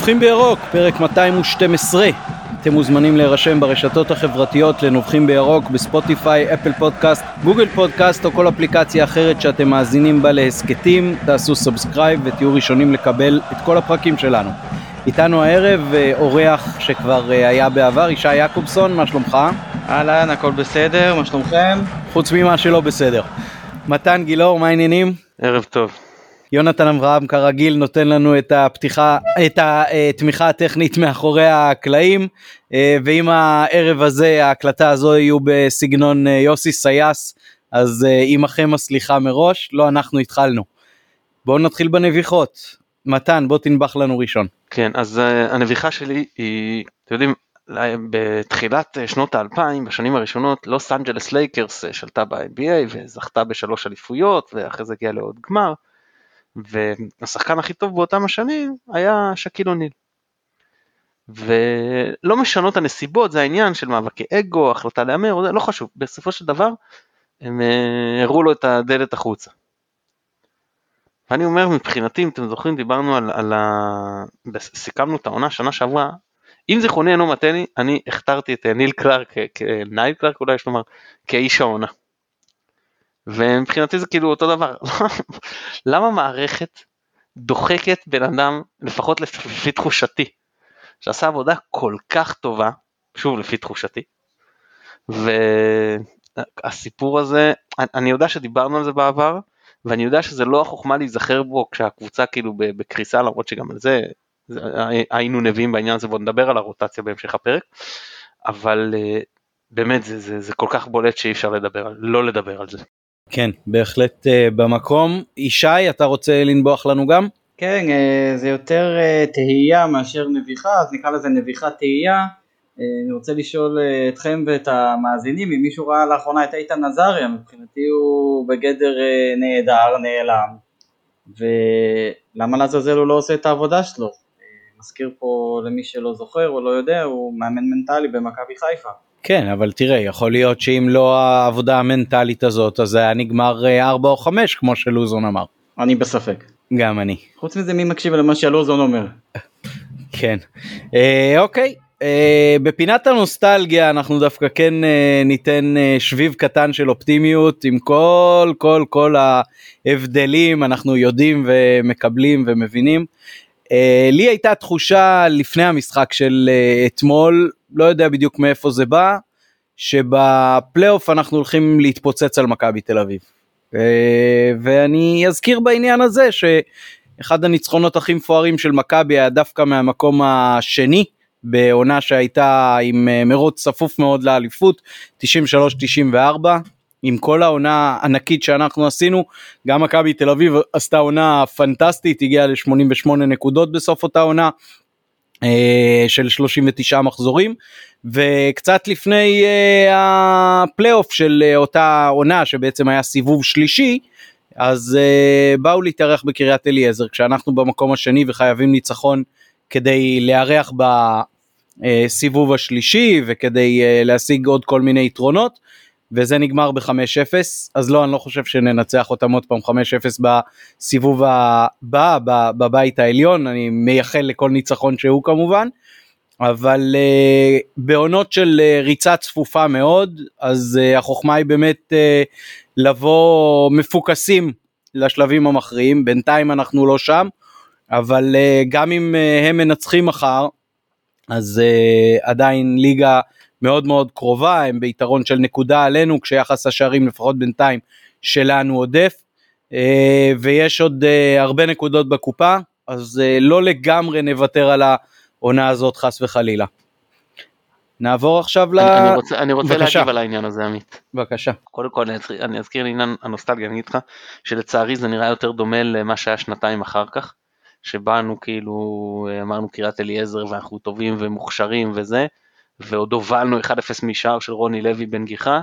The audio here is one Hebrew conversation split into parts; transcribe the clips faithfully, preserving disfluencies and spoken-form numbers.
נובחים בירוק, פרק מאתיים ושתים עשרה. אתם מוזמנים להירשם ברשתות החברתיות לנובחים בירוק, בספוטיפיי, אפל פודקאסט, גוגל פודקאסט או כל אפליקציה אחרת שאתם מאזינים בה להסקטים. תעשו סאבסקרייב ותהיו ראשונים לקבל את כל הפרקים שלנו. איתנו הערב אורח שכבר היה בעבר, ישי יעקובסון, מה שלומך? אהלן, הכל בסדר, מה שלומכם? חוץ ממה שלא בסדר. מתן גילאור, מה העניינים? ערב טוב. יונתן אברהם כרגיל נותן לנו את הפתיחה, את התמיכה הטכנית מאחורי הקלעים, ואם הערב הזה, ההקלטה הזו יהיו בסגנון יוסי סייס, אז עמכם הסליחה מראש, לא אנחנו התחלנו. בואו נתחיל בנביחות. מתן, בוא תנבח לנו ראשון. כן, אז הנביחה שלי היא, אתם יודעים, בתחילת שנות האלפיים, בשנים הראשונות, לוס אנג'לס לייקרס שלטה ב-אן בי איי וזכתה בשלוש אליפויות, ואחרי זה הגיעה לעוד גמר, והשחקן הכי טוב באותם השנים היה שקיל אוניל. ולא משנות הנסיבות, זה העניין של מאבקי אגו, החלטה לאמר, לא חשוב, בסופו של דבר, הם הראו לו את הדלת החוצה. ואני אומר, מבחינתי, אם אתם זוכרים, דיברנו על, על ה... סיכמנו את העונה שנה שעברה, אם זיכרוני אינו מטעני, אני הכתרתי את ניל קלארק, נייל קלארק אולי יש לומר, כאיש העונה. ומבחינתי זה כאילו אותו דבר. למה מערכת דוחקת בן אדם, לפחות לפי תחושתי, שעשה עבודה כל כך טובה, שוב לפי תחושתי, והסיפור הזה, אני יודע שדיברנו על זה בעבר, ואני יודע שזה לא החוכמה להיזכר בו כשהקבוצה כאילו בקריסה, למרות שגם על זה, זה היינו נביאים בעניין הזה, בוא נדבר על הרוטציה בהמשך הפרק, אבל באמת זה, זה, זה כל כך בולט שאי אפשר לדבר, לא לדבר על זה. כן, בהחלט uh, במקום. ישי, אתה רוצה לנבוח לנו גם? כן, uh, זה יותר uh, תהייה מאשר נביחה, אז נקרא לזה נביחה תהייה. Uh, אני רוצה לשאול uh, אתכם ואת המאזינים, אם מישהו ראה לאחרונה את איתן עזריה, מבחינתי הוא בגדר uh, נהדר, נעלם, ולמה לעזאזל הוא לא עושה את העבודה שלו? Uh, מזכיר פה למי שלא זוכר או לא יודע, הוא מאמן מנטלי במכבי חיפה. כן, אבל תראה, יכול להיות שאם לא העבודה המנטלית הזאת, אז זה היה נגמר ארבע או חמש, כמו שלוזון אמר. אני בספק. גם אני. חוץ מזה, מי מקשיב למה שלוזון אומר? כן. אה, אוקיי, אה, בפינת הנוסטלגיה, אנחנו דווקא כן אה, ניתן אה, שביב קטן של אופטימיות, עם כל, כל, כל ההבדלים, אנחנו יודעים ומקבלים ומבינים. אה, לי הייתה תחושה לפני המשחק של אה, אתמול, לא יודע בדיוק מאיפה זה בא, שבפלייאוף אנחנו הולכים להתפוצץ על מכבי תל אביב. ואני אזכיר בעניין הזה שאחד הניצחונות הכי מפוארים של מכבי היה דווקא מהמקום השני, בעונה שהייתה עם מרוץ צפוף מאוד לאליפות, תשעים ושלוש תשעים וארבע, עם כל העונה ענקית שאנחנו עשינו, גם מכבי תל אביב עשתה עונה פנטסטית, הגיעה ל-שמונים ושמונה נקודות בסוף אותה עונה, של שלושים ותשעה מחזורים, וקצת לפני הפלייאוף של אותה עונה שבעצם היה סיבוב שלישי, אז באו להתארח בקריית אליעזר, כשאנחנו במקום השני וחייבים ניצחון כדי לארח בסיבוב השלישי וכדי להשיג עוד כל מיני יתרונות, וזה נגמר ב-חמש אפס, אז לא, אני לא חושב שננצח אותם עוד פעם חמש אפס בסיבוב הבא, בבית העליון, אני מייחל לכל ניצחון שהוא כמובן, אבל uh, בעונות של uh, ריצה צפופה מאוד, אז uh, החוכמה היא באמת uh, לבוא מפוקסים לשלבים המכריעים, בינתיים אנחנו לא שם, אבל uh, גם אם uh, הם מנצחים מחר, אז uh, עדיין ליגה מאוד מאוד קרובה, הם ביתרון של נקודה עלינו, כשיחס השערים לפחות בינתיים שלנו עודף, ויש עוד הרבה נקודות בקופה, אז לא לגמרי נוותר על העונה הזאת חס וחלילה. נעבור עכשיו ל... אני רוצה, אני רוצה להגיב על העניין הזה, עמית. בבקשה. קודם כל, אני אזכיר לעניין הנוסטלגיה, אני אגיד לך, שלצערי זה נראה יותר דומה למה שהיה שנתיים אחר כך, שבאנו כאילו, אמרנו קריית אליעזר, ואנחנו טובים ומוכשרים וזה, ועוד הובלנו אחד אפס משער של רוני לוי בן גיחה,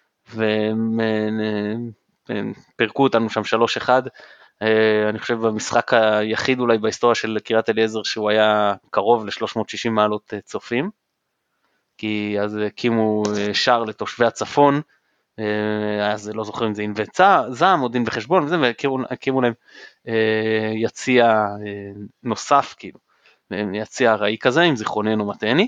ופרקו אותנו שם שלוש אחד, אני חושב במשחק היחיד אולי בהיסטוריה של קריית אליעזר, שהוא היה קרוב ל-שלוש מאות ושישים מעלות צופים, כי אז הקימו שער לתושבי הצפון, אז לא זוכרים אם זה ענבי זעם או דין וחשבון, והקימו להם יציע נוסף כאילו, יציע הראי כזה, עם זיכרוננו מתני,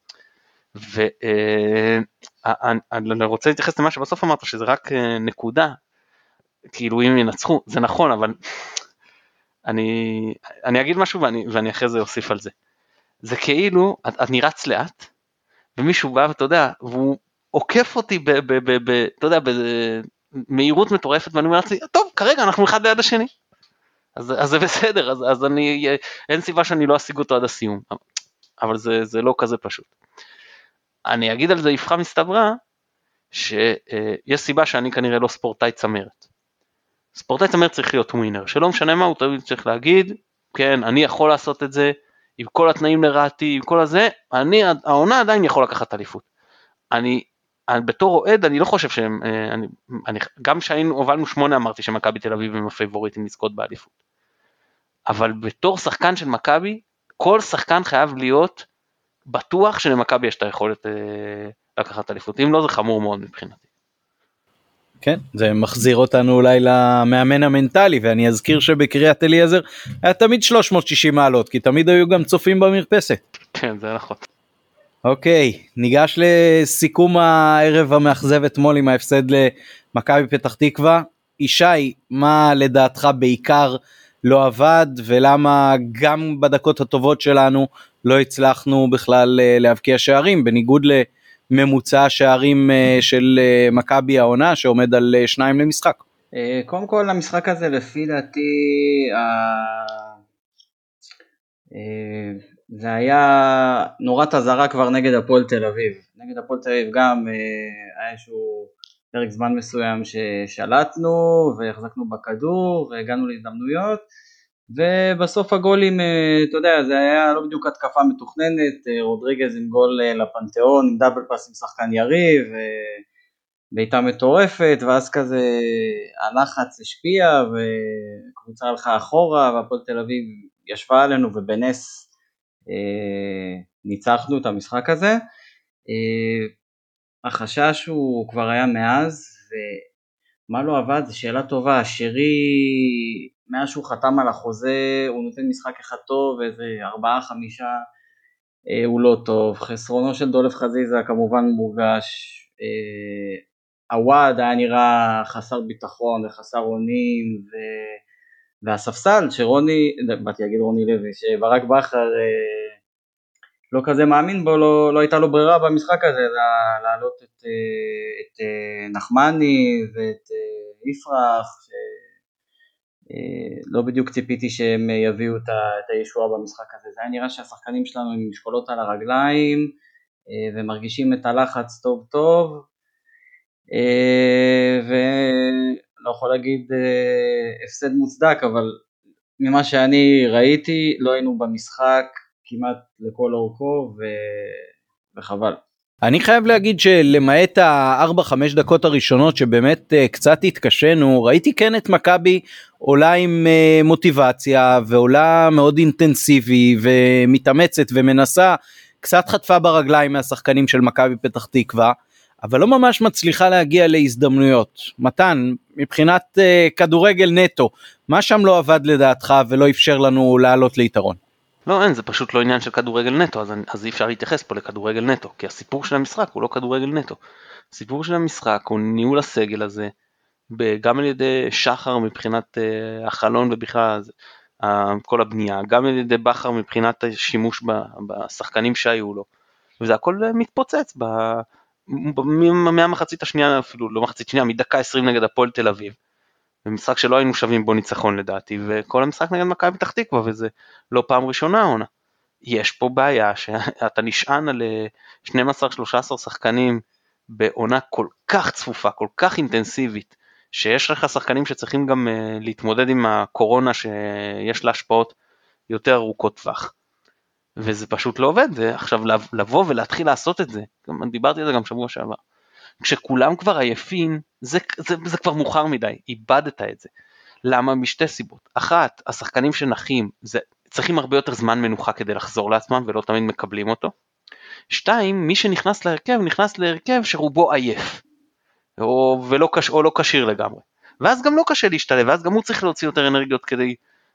ואני רוצה להתייחס למה שבסוף אמרת, שזה רק נקודה, כאילו אם ינצחו, זה נכון, אבל אני, אני אגיד משהו ואני, ואני אחרי זה אוסיף על זה. זה כאילו, אני רץ לאט, ומישהו בא ואתה יודע, והוא עוקף אותי ב, ב, ב, ב, אתה יודע, במהירות מטורפת, ואני אומר לעצמי, טוב, כרגע אנחנו אחד ליד השני. אז, אז זה בסדר, אז, אז אני, אין סיבה שאני לא אשיג אותו עד הסיום. אבל זה, זה לא כזה פשוט. אני אגיד על זה יפחה מסתברה, שיש סיבה שאני כנראה לא ספורטאי צמרת. ספורטאי צמרת צריך להיות ווינר, שלא משנה מה, הוא תמיד צריך להגיד, כן, אני יכול לעשות את זה, עם כל התנאים לרעתי, עם כל הזה, אני, העונה עדיין יכול לקחת אליפות. אני, אני בתור אוהד, אני לא חושב שהם, אני, אני, גם שהיינו, הובלנו שמונה, אמרתי שמכבי תל אביב הם הפייבוריטים לזכות באליפות. אבל בתור שחקן של מכבי, כל שחקן חייב להיות בטוח שלמכבי יש את היכולת אה, לקחת אליפות. אם לא, זה חמור מאוד מבחינתי. כן, זה מחזיר אותנו אולי למאמן המנטלי, ואני אזכיר שבקריית אליעזר היה תמיד שלוש מאות ושישים מעלות, כי תמיד היו גם צופים במרפסת. כן, זה נכון. אוקיי, ניגש לסיכום הערב המאכזב אתמול עם ההפסד למכבי פתח תקווה. ישי, מה לדעתך בעיקר לא עבד, ולמה גם בדקות הטובות שלנו לא הצלחנו בכלל להבקיע שערים, בניגוד לממוצע שערים של מכבי העונה שעומד על שניים למשחק? קודם כל המשחק הזה לפי דעתי זה היה נורת הזרה כבר נגד הפועל תל אביב. נגד הפועל תל אביב גם היה איזשהו פרק זמן מסוים ששלטנו והחזקנו בכדור והגענו להזדמנויות, ובסוף הגולים, אתה יודע, זה היה לא בדיוק התקפה מתוכננת, רודריגז עם גול לפנתיאון, עם דאבל פאס עם שחקן יריב, בעיטה מטורפת, ואז כזה הלחץ השפיע, וקבוצה הלכה אחורה, והפועל תל אביב ישבה עלינו, ובנס אה, ניצחנו את המשחק הזה. אה, החשש הוא כבר היה מאז, ומה לא עבד, זו שאלה טובה. שרי, מאז שהוא חתם על החוזה, הוא נותן משחק אחד טוב, ואיזה ארבעה, חמישה, אה, הוא לא טוב. חסרונו של דולף חזיזה כמובן מורגש, אה, הוואד היה נראה חסר ביטחון וחסר אונים, ו... והספסל שרוני, באתי להגיד רוני לוי, שברק בכר אה, לא כזה מאמין בו, לא, לא הייתה לו ברירה במשחק הזה, להעלות את, את, את נחמני ואת יפרח, שלא בדיוק ציפיתי שהם יביאו את, את הישועה במשחק הזה. זה היה נראה שהשחקנים שלנו עם משקולות על הרגליים, ומרגישים את הלחץ טוב טוב, ולא יכול להגיד הפסד מוצדק, אבל ממה שאני ראיתי לא היינו במשחק כמעט לכל אורכו, ו... וחבל. אני חייב להגיד שלמעט הארבע חמש דקות הראשונות שבאמת קצת התקשנו, ראיתי כן את מכבי עולה עם מוטיבציה ועולה מאוד אינטנסיבי ומתאמצת ומנסה, קצת חטפה ברגליים מהשחקנים של מכבי פתח תקווה, אבל לא ממש מצליחה להגיע להזדמנויות. מתן, מבחינת uh, כדורגל נטו, מה שם לא עבד לדעתך ולא אפשר לנו לעלות ליתרון? לא, אין, זה פשוט לא עניין של כדורגל נטו, אז, אז אי אפשר להתייחס פה לכדורגל נטו, כי הסיפור של המשחק הוא לא כדורגל נטו. הסיפור של המשחק הוא ניהול הסגל הזה, גם על ידי שחר מבחינת uh, החלון ובכלל uh, כל הבנייה, גם על ידי בכר מבחינת השימוש ב, בשחקנים שהיו לו, וזה הכל uh, מתפוצץ ב... מהמחצית השנייה, אפילו לא מחצית שנייה, מדקה עשרים נגד הפועל תל אביב, במשחק שלא היינו שווים בו ניצחון לדעתי, וכל המשחק נגד מכבי פתח תקווה, וזה לא פעם ראשונה עונה. יש פה בעיה שאתה נשען על שנים עשר שלושה עשר שחקנים בעונה כל כך צפופה, כל כך אינטנסיבית, שיש לך שחקנים שצריכים גם להתמודד עם הקורונה שיש לה השפעות יותר ארוכות טווח. וזה פשוט לא עובד, ועכשיו לבוא ולהתחיל לעשות את זה, גם דיברתי על זה גם שבוע שעבר, כשכולם כבר עייפים, זה, זה, זה כבר מאוחר מדי, איבדת את זה. למה? משתי סיבות. אחת, השחקנים שנחים, זה, צריכים הרבה יותר זמן מנוחה כדי לחזור לעצמם, ולא תמיד מקבלים אותו. שתיים, מי שנכנס להרכב, נכנס להרכב שרובו עייף, או, ולא קש, או לא קשיר לגמרי. ואז גם לא קשה להשתלב, ואז גם הוא צריך להוציא יותר אנרגיות כדי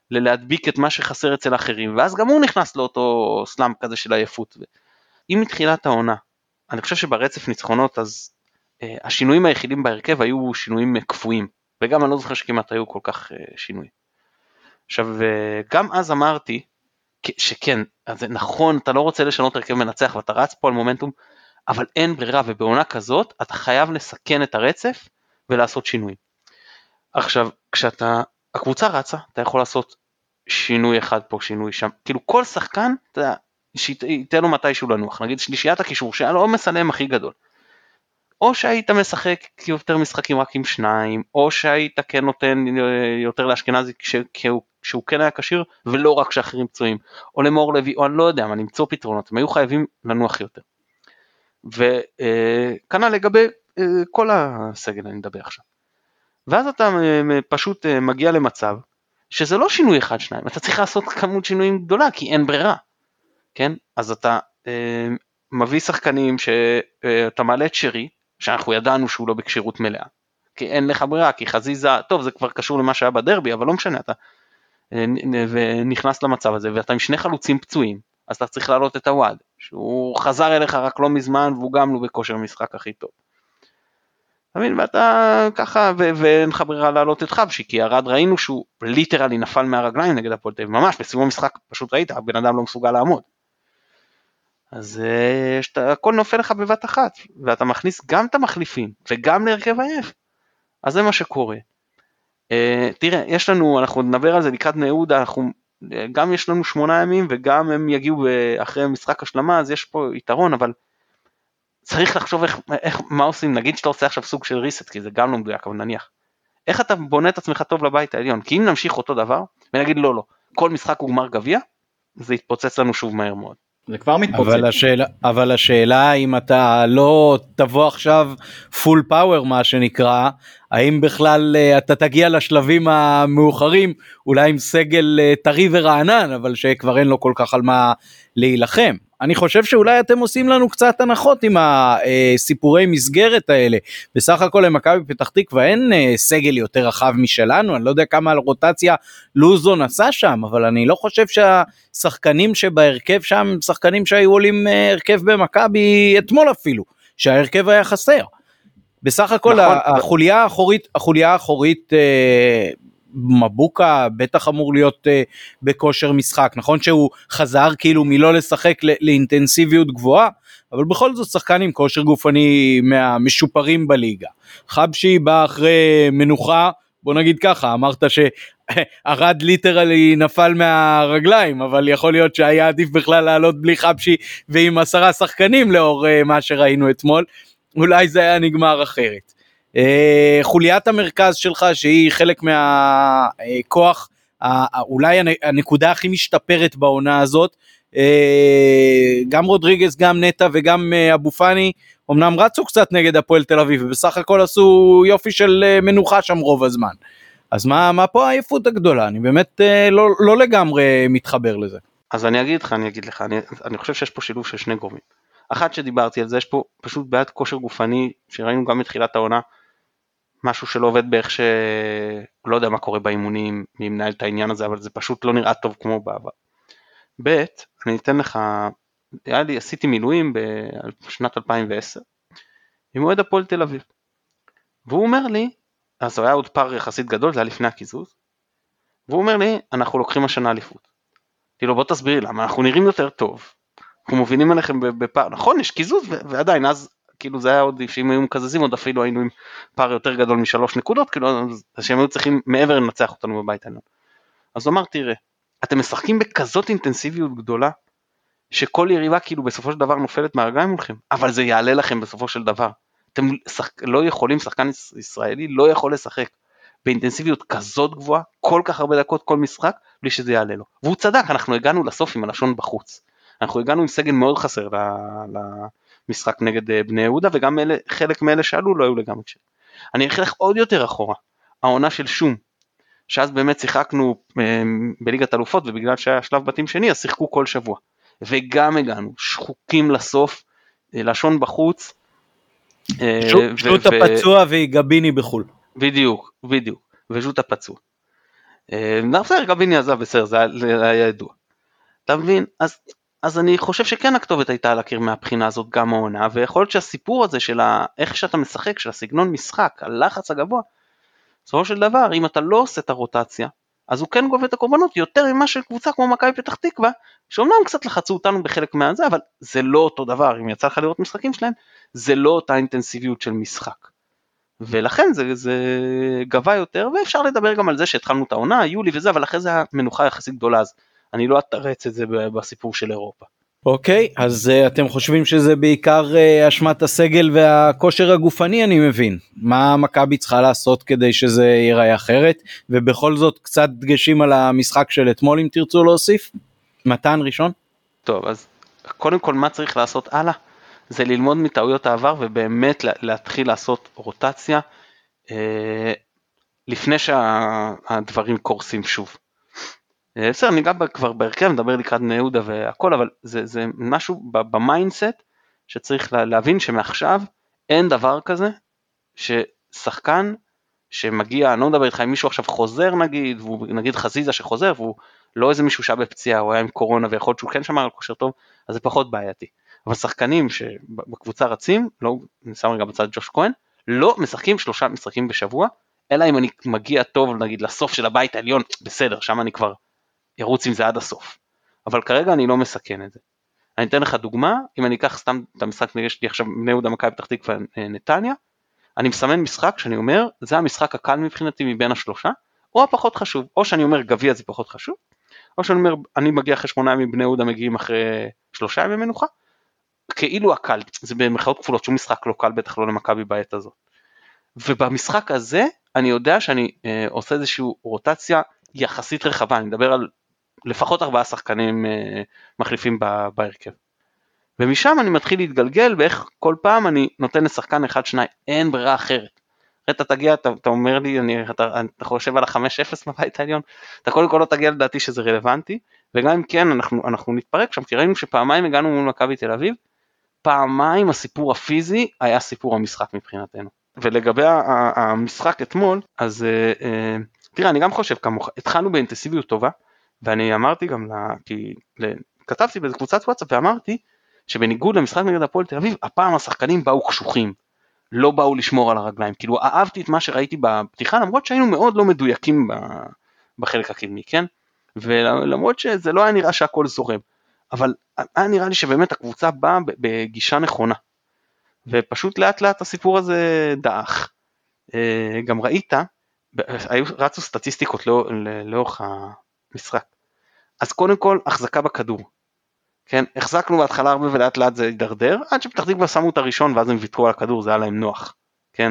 ללהדביק את מה שחסר אצל האחרים, ואז גם הוא נכנס לאותו סלאם כזה של עייפות. אם מתחילת העונה, אני חושב שברצף ניצחונות, אז אה, השינויים היחידים בהרכב היו שינויים קפואים, וגם אני לא זוכר שכמעט היו כל כך אה, שינויים. עכשיו, אה, גם אז אמרתי, שכן, אז נכון, אתה לא רוצה לשנות הרכב מנצח, ואתה רץ פה על מומנטום, אבל אין ברירה, ובעונה כזאת, אתה חייב לסכן את הרצף, ולעשות שינויים. עכשיו, כשאתה, הקבוצה רצה, אתה יכול לעשות שינוי אחד פה, שינוי שם, כאילו כל שחקן, אתה יודע, שייתן לו מתישהו לנוח, נגיד שלישיית הקישור, שהיה לו מסלם הכי גדול, או שהיית משחק יותר משחקים רק עם שניים, או שהיית כן נותן יותר לאשכנזי שהוא כן היה קשיר, ולא רק שאחרים פצועים, או למור לוי, או אני לא יודע, מה למצוא פתרונות, הם היו חייבים לנוח יותר. וכנ"ל לגבי כל הסגל אני מדבר עכשיו. ואז אתה פשוט מגיע למצב, שזה לא שינוי אחד שניים, אתה צריך לעשות כמות שינויים גדולה, כי אין ברירה. כן? אז אתה אה, מביא שחקנים שאתה מעלה את שרי, שאנחנו ידענו שהוא לא בקשירות מלאה, כי אין לך ברירה, כי חזיזה, טוב זה כבר קשור למה שהיה בדרבי, אבל לא משנה, אתה אה, ונכנס למצב הזה, ואתה עם שני חלוצים פצועים, אז אתה צריך לעלות את הוואד, שהוא חזר אליך רק לא מזמן, והוא גם לא בכושר משחק הכי טוב. תמיד, ואתה ככה, ו- ואין לך ברירה לעלות את חבשי, כי הרד ראינו שהוא ליטרלי נפל מהרגליים נגד הפועל תל אביב, ממש בסיום המשחק פשוט ראית, הבן אדם לא מסוגל לעמוד. אז שאתה, הכל נופל לך בבת אחת, ואתה מכניס גם את המחליפים, וגם להרכב עייף. אז זה מה שקורה. תראה, יש לנו, אנחנו נדבר על זה לקראת בני יהודה, אנחנו, גם יש לנו שמונה ימים, וגם הם יגיעו אחרי משחק השלמה, אז יש פה יתרון, אבל צריך לחשוב איך, איך, מה עושים, נגיד שאתה עושה עכשיו סוג של ריסט, כי זה גם לא מדויק, אבל נניח. איך אתה בונה את עצמך טוב לבית העליון? כי אם נמשיך אותו דבר, ונגיד לא, לא, כל משחק הוא גמר גביע, זה יתפוצץ לנו שוב מהר מאוד. זה כבר מתפוצץ. אבל השאלה, אבל השאלה אם אתה לא תבוא עכשיו פול פאוור מה שנקרא, האם בכלל אתה תגיע לשלבים המאוחרים, אולי עם סגל טרי ורענן, אבל שכבר אין לו כל כך על מה להילחם. אני חושב שאולי אתם עושים לנו קצת הנחות עם הסיפורי מסגרת האלה. בסך הכל למכבי פתח תקווה אין סגל יותר רחב משלנו, אני לא יודע כמה על רוטציה לוזון עשה שם, אבל אני לא חושב שהשחקנים שבהרכב שם, שחקנים שהיו עולים הרכב במכבי אתמול אפילו, שההרכב היה חסר. בסך הכל נכון. החוליה האחורית, החוליה האחורית מבוקה בטח אמור להיות uh, בכושר משחק, נכון שהוא חזר כאילו מלא לשחק לאינטנסיביות גבוהה, אבל בכל זאת שחקן עם כושר גופני מהמשופרים בליגה. חבשי בא אחרי מנוחה, בוא נגיד ככה, אמרת שהרד ליטרלי נפל מהרגליים, אבל יכול להיות שהיה עדיף בכלל לעלות בלי חבשי ועם עשרה שחקנים לאור uh, מה שראינו אתמול, אולי זה היה נגמר אחרת. חוליית המרכז שלך שהיא חלק מהכוח, אולי הנקודה הכי משתפרת בעונה הזאת, גם רודריגז, גם נטה וגם אבו פני, אמנם רצו קצת נגד הפועל תל אביב, ובסך הכל עשו יופי של מנוחה שם רוב הזמן. אז מה, מה פה העייפות הגדולה? אני באמת לא, לא לגמרי מתחבר לזה. אז אני אגיד לך, אני אגיד לך, אני, אני חושב שיש פה שילוב של שני גורמים. אחת שדיברתי על זה, יש פה פשוט בעיית כושר גופני, שראינו גם מתחילת העונה, משהו שלא עובד בערך ש... לא יודע מה קורה באימונים, מי מנהל את העניין הזה, אבל זה פשוט לא נראה טוב כמו בעבר. ב', אני אתן לך, היה לי, עשיתי מילואים בשנת אלפיים ועשר, עם מועד הפועל תל אביב. והוא אומר לי, אז היה עוד פער יחסית גדול, זה היה לפני הקיזוז, והוא אומר לי, אנחנו לוקחים השנה אליפות. כאילו בוא תסביר למה, אנחנו נראים יותר טוב, אנחנו מובינים עליכם בפער, נכון, יש קיזוז, ועדיין, אז כאילו זה היה עוד, שאם היו מקזזים, עוד אפילו היינו עם פער יותר גדול משלוש נקודות, כאילו, אז שהם היו צריכים מעבר לנצח אותנו בבית העליון. אז הוא אמר, תראה, אתם משחקים בכזאת אינטנסיביות גדולה, שכל יריבה כאילו בסופו של דבר נופלת מהרגליים מולכם, אבל זה יעלה לכם בסופו של דבר. אתם לא יכולים, שחקן ישראלי לא יכול לשחק באינטנסיביות כזאת גבוהה, כל כך הרבה דקות, כל משחק, בלי שזה יעלה לו. והוא צדק, אנחנו הגענו לסוף עם הלשון בחוץ. אנחנו הגענו עם סגל מאוד חסר למשחק נגד בני יהודה, וגם אלה, חלק מאלה שעלו לא היו לגמרי קשה. אני אלך עוד יותר אחורה, העונה של שום, שאז באמת שיחקנו בליגת אלופות, ובגלל שהיה שלב בתים שני, אז שיחקו כל שבוע. וגם הגענו, שחוקים לסוף, לשון בחוץ. שוט הפצוע ויגביני בחול. בדיוק, בדיוק, ושוט הפצוע. בסדר, גביני עזב, בסדר, זה היה ידוע. אתה מבין? אז, אז אני חושב שכן הכתובת הייתה על הקיר מהבחינה הזאת גם העונה, ויכול להיות שהסיפור הזה של איך שאתה משחק, של הסגנון משחק, הלחץ הגבוה, בסופו של דבר, אם אתה לא עושה את הרוטציה, אז הוא כן גובה את הקורבנות יותר ממה של קבוצה כמו מכבי פתח תקווה, שאומנם קצת לחצו אותנו בחלק מהזה, אבל זה לא אותו דבר, אם יצא לך לראות משחקים שלהם, זה לא אותה אינטנסיביות של משחק. ולכן זה, זה גבה יותר, ואפשר לדבר גם על זה שהתחלנו את העונה, יולי וזה, אבל אחרי זה המנוחה יחסית גדולה, אז אני לא אתרץ את זה בסיפור של אירופה. אוקיי, אז uh, אתם חושבים שזה בעיקר uh, אשמת הסגל והכושר הגופני, אני מבין. מה מכבי צריכה לעשות כדי שזה ייראה אחרת, ובכל זאת קצת דגשים על המשחק של אתמול, אם תרצו להוסיף? מתן ראשון? טוב, אז קודם כל מה צריך לעשות הלאה? זה ללמוד מטעויות העבר, ובאמת להתחיל לעשות רוטציה, אה, לפני שהדברים קורסים שוב. בסדר, אני גם כבר בהרכב, מדבר לקראת בני יהודה והכל, אבל זה, זה משהו במיינדסט, שצריך להבין שמעכשיו אין דבר כזה, ששחקן שמגיע, אני לא מדבר איתך, אם מישהו עכשיו חוזר נגיד, והוא נגיד חזיזה שחוזר, והוא לא איזה מישהו שהיה בפציעה, הוא היה עם קורונה, ויכול להיות שהוא כן שמר על כושר טוב, אז זה פחות בעייתי. אבל שחקנים שבקבוצה רצים, לא, אני שם רגע בצד ג'וש כהן, לא משחקים שלושה משחקים בשבוע, אלא אם אני מגיע טוב, נגיד, לסוף של הבית העליון, בסדר, שם אני כבר ירוץ עם זה עד הסוף. אבל כרגע אני לא מסכן את זה. אני אתן לך דוגמה, אם אני אקח סתם את המשחק, יש לי עכשיו בני יהודה מכבי פתח תקווה נתניה, אני מסמן משחק שאני אומר, זה המשחק הקל מבחינתי מבין השלושה, או הפחות חשוב, או שאני אומר גביע זה פחות חשוב, או שאני אומר, אני מגיע אחרי שמונה ימים, בני יהודה מגיעים אחרי שלושה ימים מנוחה, כאילו הקל, זה במחאות כפולות, שום משחק לא קל, בטח לא למכבי בעת הזאת. ובמשחק הזה, אני יודע שאני אה, עושה איזושהי רוטציה יחסית רחבה, אני מדבר על לפחות ארבעה שחקנים אה, מחליפים בהרכב. ומשם אני מתחיל להתגלגל, ואיך כל פעם אני נותן לשחקן אחד שניים, אין ברירה אחרת. אתה תגיע, אתה, אתה אומר לי, אני, אתה, אתה חושב על ה-חמש אפס בבית העליון, אתה קודם כל לא תגיע לדעתי שזה רלוונטי, וגם אם כן, אנחנו, אנחנו נתפרק שם, כי ראינו שפעמיים הגענו מול מכבי תל אביב, פעמיים הסיפור הפיזי היה סיפור המשחק מבחינתנו. ולגבי המשחק אתמול, אז תראה, אני גם חושב כמוך, התחלנו באינטנסיביות טובה, ואני אמרתי גם, לה, כי כתבתי באיזה קבוצת וואטסאפ, ואמרתי שבניגוד למשחק נגד הפועל תל אביב, הפעם השחקנים באו קשוחים, לא באו לשמור על הרגליים, כאילו אהבתי את מה שראיתי בפתיחה, למרות שהיינו מאוד לא מדויקים בחלק הקדמי, כן? ולמרות שזה לא היה נראה שהכל זורם, אבל היה נראה לי שבאמת הקבוצה באה בגישה נכונה, ופשוט לאט לאט הסיפור הזה דאח. גם ראית, רצו סטטיסטיקות לאורך המשחק, אז קודם כל החזקה בכדור, כן, החזקנו בהתחלה הרבה ולאט לאט זה יידרדר, עד שפתח תקווה שמו את הראשון ואז הם ויתרו על הכדור, זה היה להם נוח, כן,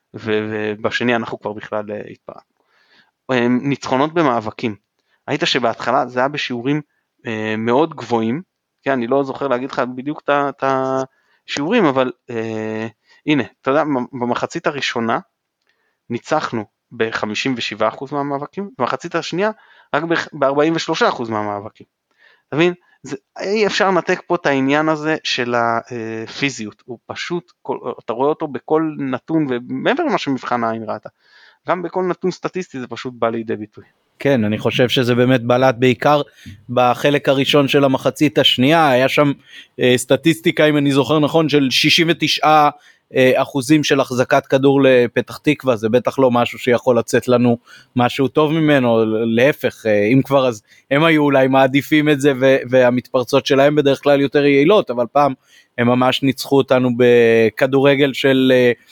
ובשני אנחנו כבר בכלל התפרקנו. ניצחונות במאבקים, ראית שבהתחלה זה היה בשיעורים מאוד גבוהים, כן, אני לא זוכר להגיד לך בדיוק את השיעורים, אבל הנה, אתה יודע, במחצית הראשונה ניצחנו ב-חמישים ושבעה אחוז מהמאבקים, במחצית השנייה רק ב-ארבעים ושלושה אחוז מהמאבקים. אתה מבין? זה, אי אפשר לנתק פה את העניין הזה של הפיזיות, הוא פשוט, אתה רואה אותו בכל נתון, ומעבר למה שמבחן העין ראתה, גם בכל נתון סטטיסטי זה פשוט בא לידי ביטוי. כן, אני חושב שזה באמת בלט בעיקר בחלק הראשון של המחצית השנייה, היה שם אה, סטטיסטיקה, אם אני זוכר נכון, של שישים ותשעה אחוזים של החזקת כדור לפתח תקווה, זה בטח לא משהו שיכול לצאת לנו משהו טוב ממנו, להפך, אם כבר אז הם היו אולי מעדיפים את זה, והמתפרצות שלהם בדרך כלל יותר יעילות, אבל פעם הם ממש ניצחו אותנו בכדורגל של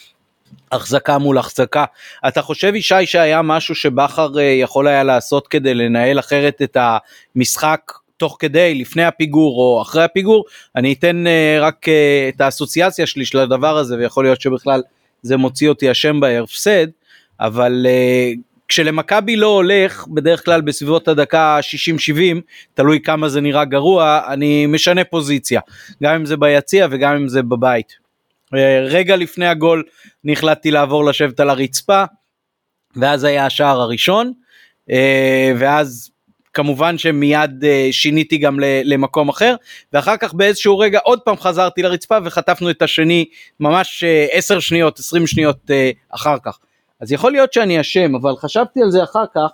החזקה מול החזקה. אתה חושב ישי שהיה משהו שבחר יכול היה לעשות כדי לנהל אחרת את המשחק, תוך כדי, לפני הפיגור או אחרי הפיגור? אני אתן uh, רק uh, את האסוציאציה שלי של הדבר הזה, ויכול להיות שבכלל זה מוציא אותי השם בהפסד, אבל uh, כשלמכבי לא הולך, בדרך כלל בסביבות הדקה שישים שבעים, תלוי כמה זה נראה גרוע, אני משנה פוזיציה, גם אם זה ביציע וגם אם זה בבית. Uh, רגע לפני הגול, נחלטתי לעבור לשבת על הרצפה, ואז היה השער הראשון, uh, ואז כמובן שמיד uh, שיניתי גם למקום אחר, ואחר כך באיזשהו רגע עוד פעם חזרתי לרצפה, וחטפנו את השני ממש uh, עשר שניות, עשרים שניות uh, אחר כך. אז יכול להיות שאני אשם, אבל חשבתי על זה אחר כך,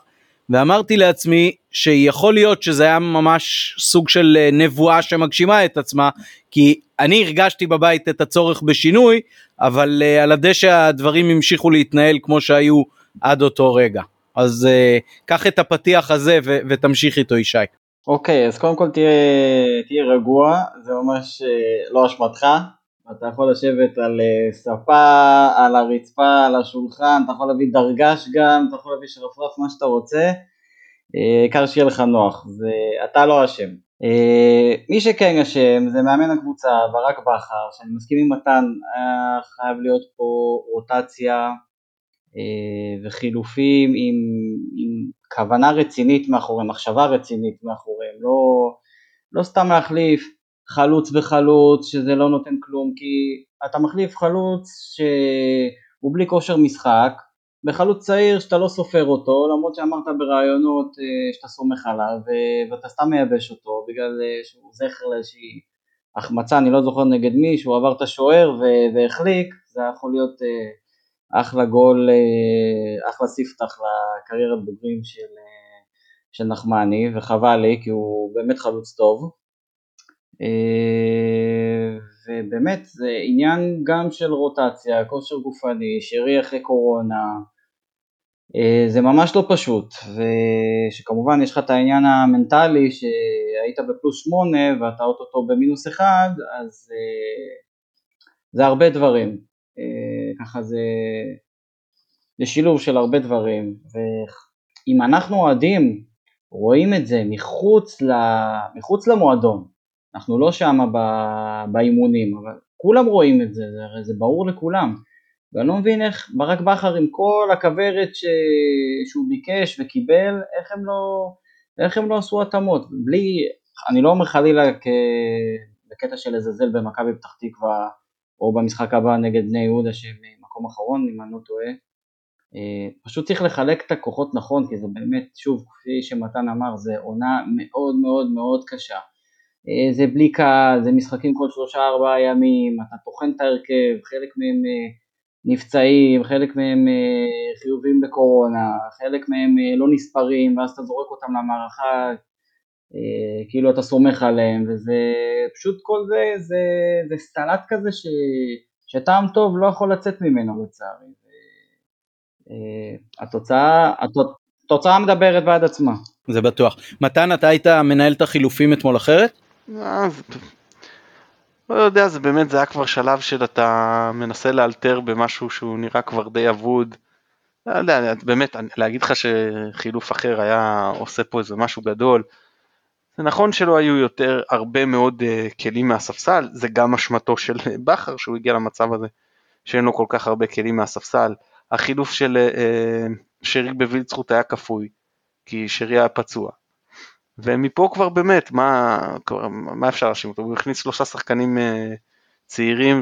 ואמרתי לעצמי שיכול להיות שזה היה ממש סוג של נבואה שמגשימה את עצמה, כי אני הרגשתי בבית את הצורך בשינוי, אבל uh, על הדשא הדברים המשיכו להתנהל כמו שהיו עד אותו רגע. אז uh, קח את הפתיח הזה ו- ותמשיך איתו ישי. אוקיי, אז קודם כל תהיה, תהיה רגוע, זה ממש uh, לא אשמתך, אתה יכול לשבת על uh, ספה, על הרצפה, על השולחן, אתה יכול להביא דרגש גם, אתה יכול להביא שרפרף, מה שאתה רוצה, עיקר שיהיה לך נוח, זה, אתה לא אשם. מי שכן אשם זה מאמן הקבוצה ברק בכר, שאני מסכים עם מתן, חייב להיות פה רוטציה וחילופים עם, עם כוונה רצינית מאחוריהם, מחשבה רצינית מאחוריהם, לא, לא סתם להחליף חלוץ בחלוץ שזה לא נותן כלום, כי אתה מחליף חלוץ שהוא בלי כושר משחק, בחלוץ צעיר שאתה לא סופר אותו, למרות שאמרת ברעיונות שאתה סומך עליו, ואתה סתם מייבש אותו, בגלל שהוא זכר לאיזושהי החמצה, אני לא זוכר נגד מי, שהוא עבר את השוער והחליק, זה יכול להיות אחלה גול, אחלה ספתח לקריירת בוגרים של, של נחמני, וחבל לי, כי הוא באמת חלוץ טוב, ובאמת זה עניין גם של רוטציה, כושר גופני, שרי אחרי קורונה, זה ממש לא פשוט, ושכמובן יש לך את העניין המנטלי שהיית בפלוס שמונה ואתה אוטוטו במינוס אחד, אז זה הרבה דברים, ככה זה, זה שילוב של הרבה דברים, ואם אנחנו אוהדים רואים את זה מחוץ, מחוץ למועדון, אנחנו לא שם באימונים, אבל כולם רואים את זה, זה, זה ברור לכולם, ואני לא מבין איך ברק בכר עם כל הכברת ש... שהוא ביקש וקיבל, איך הם לא, איך הם לא עשו התאמות, בלי, אני לא אומר חלילה כ... בקטע של לזלזל במכבי פתח תקווה, או במשחק הבא נגד בני יהודה שמקום אחרון, אם אני לא טועה, פשוט צריך לחלק את הכוחות נכון, כי זה באמת, שוב, כפי שמתן אמר, זה עונה מאוד מאוד מאוד קשה, זה בלי קהל, זה משחקים כל שלושה ארבעה ימים, אתה תוכן את ההרכב, חלק מהם נפצעים, חלק מהם חיובים בקורונה, חלק מהם לא נספרים, ואז אתה זורק אותם למערכה, כאילו אתה סומך עליהם, וזה פשוט כל זה, זה, זה סטלט כזה ש, שטעם טוב לא יכול לצאת ממנו לצערי, התוצאה, התוצאה מדברת בעד עצמה. זה בטוח. מתן, אתה היית מנהל את החילופים אתמול אחרת? לא יודע, זה באמת, זה היה כבר שלב של אתה מנסה לאלתר במשהו שהוא נראה כבר די אבוד. לא יודע, באמת, להגיד לך שחילוף אחר היה עושה פה איזה משהו גדול. זה נכון שלא היו יותר הרבה מאוד uh, כלים מהספסל, זה גם אשמתו של בכר שהוא הגיע למצב הזה, שאין לו כל כך הרבה כלים מהספסל. החילוף של uh, שרי בווילצחוט היה כפוי, כי שרי היה פצוע. ומפה כבר באמת, מה, כבר, מה אפשר להאשים אותו? הוא הכניס שלושה שחקנים uh, צעירים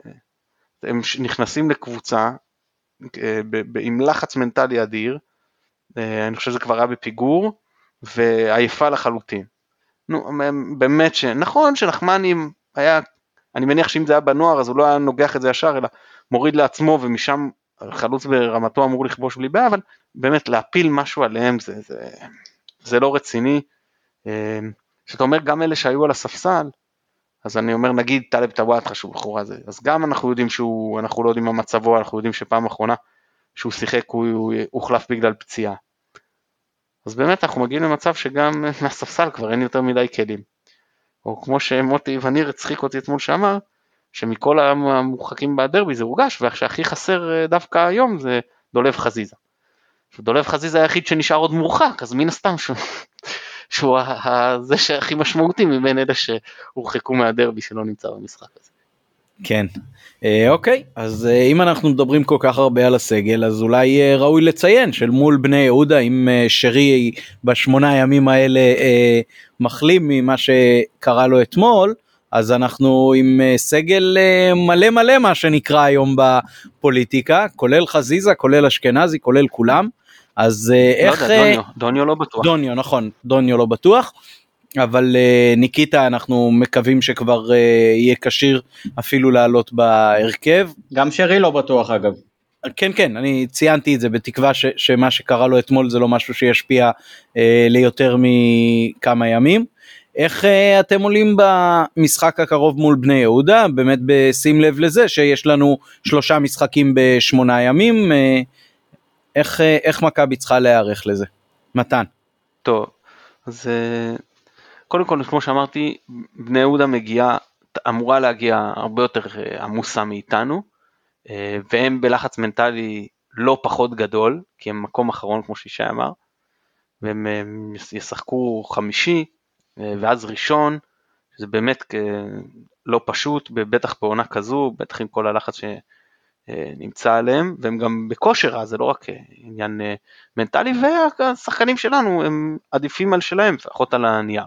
שהם נכנסים לקבוצה uh, ב- ב- עם לחץ מנטלי אדיר, uh, אני חושב שזה כבר היה בפיגור, ועייפה לחלוטין. נו, באמת שנכון שנחמני היה, אני מניח שאם זה היה בנוער, אז הוא לא היה נוגח את זה ישר, אלא מוריד לעצמו, ומשם חלוץ ברמתו אמור לכבוש בלי בעיה, אבל באמת להפיל משהו עליהם, זה, זה, זה לא רציני. שאתה אומר, גם אלה שהיו על הספסל, אז אני אומר, נגיד, טלב טוואט חשוב בחורה זה, אז גם אנחנו יודעים שהוא, אנחנו לא יודעים מה מצבו, אנחנו יודעים שפעם אחרונה שהוא שיחק, הוא, הוא הוחלף בגלל פציעה. אז באמת אנחנו מגיעים למצב שגם מהספסל כבר אין יותר מדי כלים. או כמו שמוטי וניר הצחיק אותי אתמול שאמר, שמכל המורחקים בדרבי זה הורגש, והכי חסר דווקא היום זה דולב חזיזה. דולב חזיזה היחיד שנשאר עוד מורחק, אז מן הסתם שהוא, שהוא זה שהכי משמעותי מבין אלה שהורחקו מהדרבי שלא נמצא במשחק הזה. כן, אוקיי, אז אם אנחנו מדברים כל כך הרבה על הסגל, אז אולי ראוי לציין של מול בני יהודה, אם שרי בשמונה הימים האלה מחלים ממה שקרה לו אתמול, אז אנחנו עם סגל מלא מלא מה שנקרא היום בפוליטיקה, כולל חזיזה, כולל אשכנזי, כולל כולם, אז איך... לא יודע, דוניו, דוניו לא בטוח. דוניו, נכון, דוניו לא בטוח. אבל ניקיטה אנחנו מקווים שכבר יהיה כשיר אפילו לעלות בהרכב. גם שרי לא בטוח אגב. כן, כן, אני ציינתי את זה בתקווה ש, שמה שקרה לו אתמול זה לא משהו שישפיע אה, ליותר מכמה ימים. איך אה, אתם עולים במשחק הקרוב מול בני יהודה? באמת בשים לב לזה שיש לנו שלושה משחקים בשמונה ימים, אה, איך, אה, איך מכבי צריכה להיערך לזה? מתן. טוב, אז קודם כל, כמו שאמרתי, בני יהודה מגיעה, אמורה להגיע הרבה יותר עמוסה מאיתנו, והם בלחץ מנטלי לא פחות גדול, כי הם מקום אחרון כמו שישי אמר, והם ישחקו חמישי, ואז ראשון, זה באמת לא פשוט, בטח בעונה כזו, בטח עם כל הלחץ שנמצא עליהם, והם גם בכושר, אז זה לא רק עניין מנטלי, והשחקנים שלנו הם עדיפים על שלהם, לפחות על הנייר.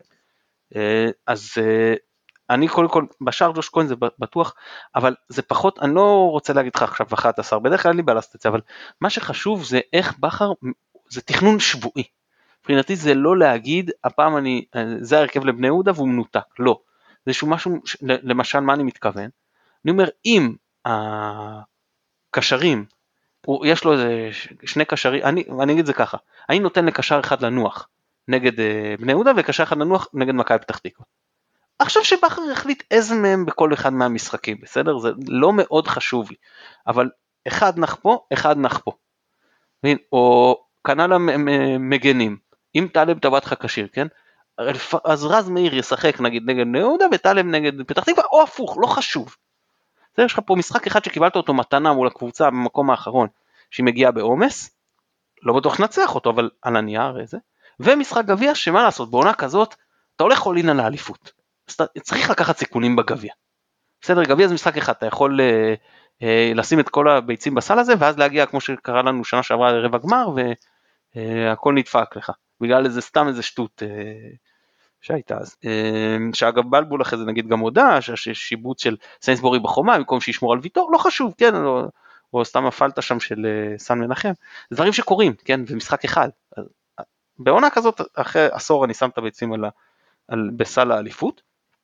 אז אני קודם כל, בשער ג'וש כהן זה בטוח, אבל זה פחות, אני לא רוצה להגיד לך עכשיו אחת עשר, בדרך כלל אין לי בעלסת את זה, אבל מה שחשוב זה איך בכר, זה תכנון שבועי. מבחינתי זה לא להגיד, הפעם אני, זה הרכב לבני יהודה והוא מנותק, לא. זה שהוא משהו, למשל מה אני מתכוון, אני אומר, אם הקשרים, יש לו שני קשרים, אני, אני אגיד זה ככה, אני נותן לקשר אחד לנוח, נגד בני יהודה, וקשר אחד לנוח נגד מכבי פתח תקווה. עכשיו שבכר החליט איזה מהם בכל אחד מהמשחקים, בסדר? זה לא מאוד חשוב לי, אבל אחד נח פה, אחד נח פה. או כנ"ל המגנים, אם טלב טבעת לך כשיר, כן? אז רז מאיר ישחק נגיד נגד בני יהודה, וטלב נגד פתח תקווה, או הפוך, לא חשוב. זה יש לך פה משחק אחד שקיבלת אותו מתנה מול הקבוצה במקום האחרון, שהיא מגיעה בעומס, לא בטוח נצח אותו, אבל על הנייר איזה, ומשחק גביע שמה לעשות, בעונה כזאת, אתה הולך עולין על האליפות, צריך לקחת סיכונים בגביע, בסדר, גביע זה משחק אחד, אתה יכול אה, אה, לשים את כל הביצים בסל הזה, ואז להגיע כמו שקרה לנו שנה שעברה לרבע גמר, והכל נדפק לך, בגלל איזה סתם איזה שטות אה, שהייתה אז, אה, שאגב בלבול אחרי זה נגיד גם הודע, שיש שיבוץ של סיינסבורי בחומה, במקום שישמור על ויטור, לא חשוב, כן, לא, או סתם הפלטה שם של סן מנחם, זה דברים שקורים, כן, ומשחק אחד, בעונה כזאת, אחרי עשור אני שם את הביצים על, על, בסל האליפות,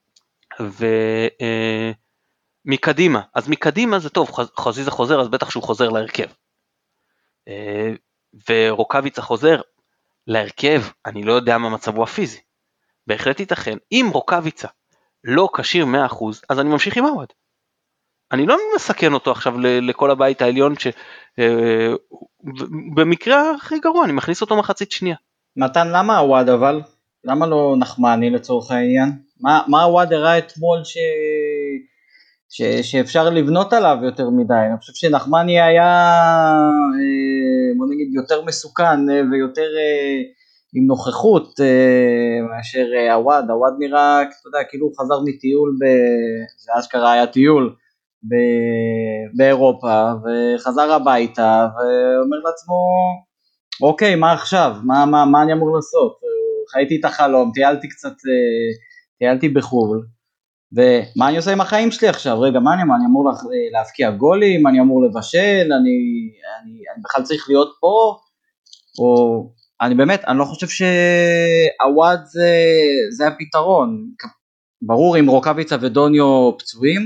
ומקדימה, אז מקדימה זה טוב, חזיזה חוזר, אז בטח שהוא חוזר להרכב, ורוקביצה חוזר להרכב, אני לא יודע מה מצבו הפיזי, בהחלט ייתכן, אם רוקביצה לא קשיר מאה אחוז, אז אני ממשיך עם עווד, אני לא מסכן אותו עכשיו לכל הבית העליון, שבמקרה הכי גרוע, אני מכניס אותו מחצית שנייה. מתן, למה עווד אבל? למה לא נחמני לצורך העניין? מה, מה עווד הראה אתמול ש... ש... שאפשר לבנות עליו יותר מדי? אני חושב שנחמני היה, בוא נגיד, יותר מסוכן ויותר עם נוכחות מאשר עווד. עווד נראה, אתה יודע, כאילו הוא חזר מטיול, ב... זה אשכרה היה טיול, באירופה, וחזר הביתה, ואומר לעצמו, אוקיי, מה עכשיו? מה, מה, מה אני אמור לעשות? חייתי את החלום, טיילתי קצת, טיילתי בחול, ומה אני עושה עם החיים שלי עכשיו? רגע, מה אני, מה אני אמור להפקיע גולים? אני אמור לבשל? אני, אני, אני בכלל צריך להיות פה? או, אני באמת, אני לא חושב שהוואד זה, זה הפתרון. ברור, אם רוקביצה ודוניו פצועים,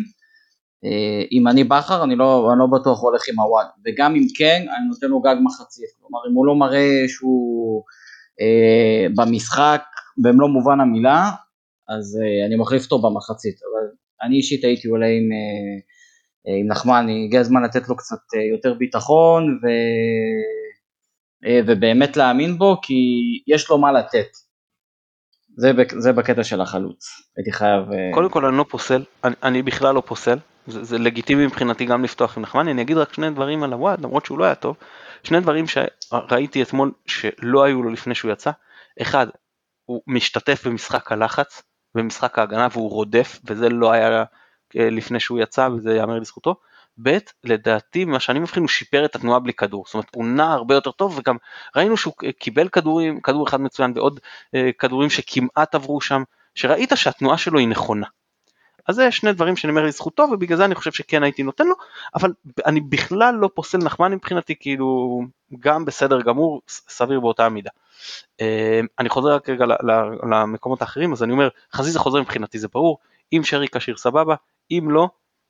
אם אני בחר, אני לא, אני לא בטוח הולך עם הוואד, וגם אם כן, אני נותן לו גג מחצית, כלומר, אם הוא לא מראה שהוא אה, במשחק, במלוא מובן המילה, אז אה, אני מחליף אותו במחצית, אבל אני אישית הייתי עולה עם, אה, עם נחמני, הגיע הזמן לתת לו קצת אה, יותר ביטחון, ו, אה, ובאמת להאמין בו, כי יש לו מה לתת, זה, זה בקטע של החלוץ, הייתי חייב... אה... קודם כל אני לא פוסל, אני, אני בכלל לא פוסל, זה, זה לגיטימי מבחינתי גם לפתוח עם נחמני, אני אגיד רק שני דברים על הוואד, למרות שהוא לא היה טוב, שני דברים שראיתי אתמול שלא היו לו לפני שהוא יצא, אחד, הוא משתתף במשחק הלחץ, במשחק ההגנה והוא רודף, וזה לא היה לפני שהוא יצא, וזה יאמר לזכותו, ב' לדעתי, מה שאני מבחין, הוא שיפר את התנועה בלי כדור, זאת אומרת, הוא נע הרבה יותר טוב, וגם ראינו שהוא קיבל כדורים, כדור אחד מצוין, ועוד כדורים שכמעט עברו שם, שראית שהתנועה שלו היא נכונה. אז זה שני דברים שאני אומר לזכותו, ובגלל זה אני חושב שכן הייתי נותן לו, אבל אני בכלל לא פוסל נחמני מבחינתי, כאילו גם בסדר גמור, סביר באותה המידה. אני חוזר רק רגע למקומות האחרים, אז אני אומר, חזיזה חוזר מבחינתי, זה ברור, אם שרי כשיר סבבה, אם לא,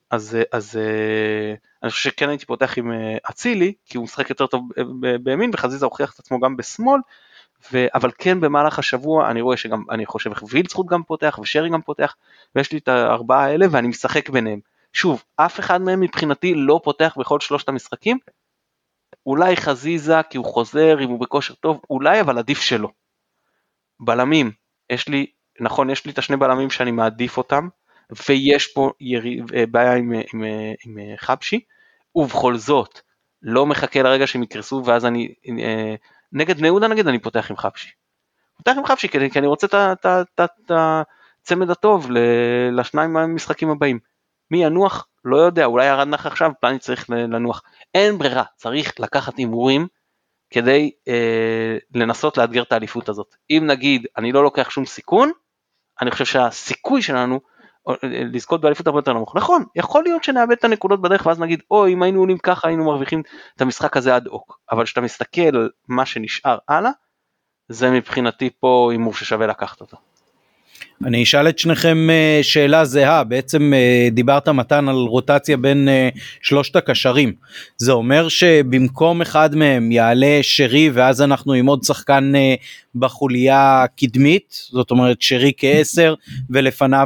אז, אז אני חושב שכן הייתי פותח עם אצילי, כי הוא משחק יותר טוב בימין, וחזיזה הוכיח את עצמו גם בשמאל, ו, אבל כן במהלך השבוע אני רואה שגם, אני חושב וילצחוט גם פותח, ושרי גם פותח, ויש לי את הארבעה האלה, ואני משחק ביניהם. שוב, אף אחד מהם מבחינתי לא פותח בכל שלושת המשחקים, אולי חזיזה, כי הוא חוזר, אם הוא בכושר טוב, אולי, אבל עדיף שלא. בלמים, יש לי, נכון, יש לי את השני בלמים שאני מעדיף אותם, ויש פה ירי, בעיה עם, עם, עם חבשי, ובכל זאת, לא מחכה לרגע שהם יקרסו, ואז אני, נגד בני יהודה נגד, אני פותח עם חבשי. פותח עם חבשי, כי, כי אני רוצה את הצמד הטוב לשניים המשחקים הבאים. מי ינוח? לא יודע, אולי ירד נח עכשיו, פלני צריך לנוח. אין ברירה, צריך לקחת הימורים, כדי אה, לנסות לאתגר את האליפות הזאת. אם נגיד, אני לא לוקח שום סיכון, אני חושב שהסיכוי שלנו, לזכות באליפות הרבה יותר נמוך. נכון, יכול להיות שנאבד את הנקודות בדרך, ואז נגיד, או אם היינו עולים ככה, היינו מרוויחים את המשחק הזה עד אוק. אבל כשאתה מסתכל על מה שנשאר הלאה, זה מבחינתי פה הימור ששווה לקחת אותו. אני אשאל את שניכם שאלה זהה, בעצם דיברת מתן על רוטציה בין שלושת הקשרים, זה אומר שבמקום אחד מהם יעלה שרי ואז אנחנו עם עוד שחקן בחוליה קדמית, זאת אומרת שרי כעשר ולפניו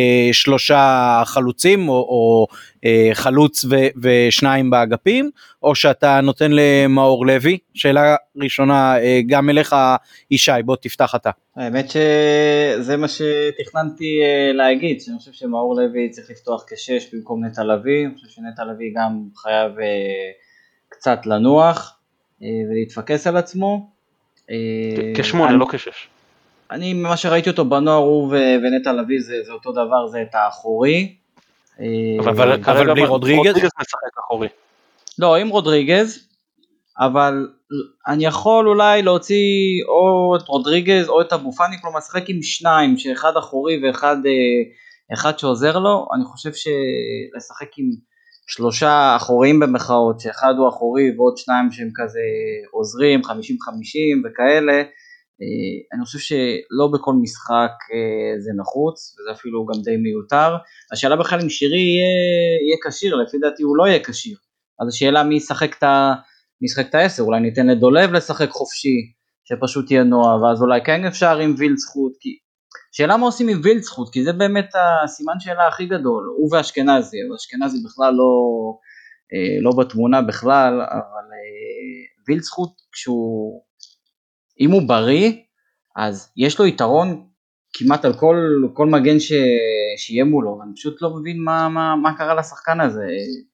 שלושה חלוצים או, או חלוץ ו, ושניים באגפים, או שאתה נותן למאור לוי? שאלה ראשונה גם אליך ישי, בוא תפתח אתה. האמת שזה מה שתכננתי להגיד, שאני חושב שמאור לוי צריך לפתוח כשש במקום נטע לביא, אני חושב שנטע לביא גם חייב קצת לנוח ולהתפקס על עצמו. כשמונה, לא כשש. אני, ממה שראיתי אותו בנוער, הוא ונטע לביא זה, זה אותו דבר, זה את האחורי. אבל, אבל בלי רודריגז? רודריגז משחק אחורי. לא, עם רודריגז, אבל אני יכול אולי להוציא או את רודריגז או את אבו פאני, כלומר משחק עם שניים, שאחד אחורי ואחד אחד שעוזר לו. אני חושב שלשחק עם שלושה אחוריים במחאות, שאחד הוא אחורי ועוד שניים שהם כזה עוזרים, חמישים חמישים וכאלה, אני חושב שלא בכל משחק זה נחוץ, וזה אפילו גם די מיותר. השאלה בכלל אם שירי יהיה, יהיה קשיר, לפי דעתי הוא לא יהיה קשיר, אז השאלה מי ישחק את ה... משחק את העשר, אולי ניתן לדולב לשחק חופשי, שפשוט יהיה נוע, ואז אולי כן אפשר עם וילצחוט, כי... שאלה מה עושים עם וילצחוט, כי זה באמת הסימן שאלה הכי גדול, הוא ואשכנזי, ואשכנזי בכלל לא, לא בתמונה בכלל, אבל וילצחוט כשהוא, אם הוא בריא, אז יש לו יתרון כמעט על כל, כל מגן ש... שיהיה מולו, אני פשוט לא מבין מה, מה, מה קרה לשחקן הזה,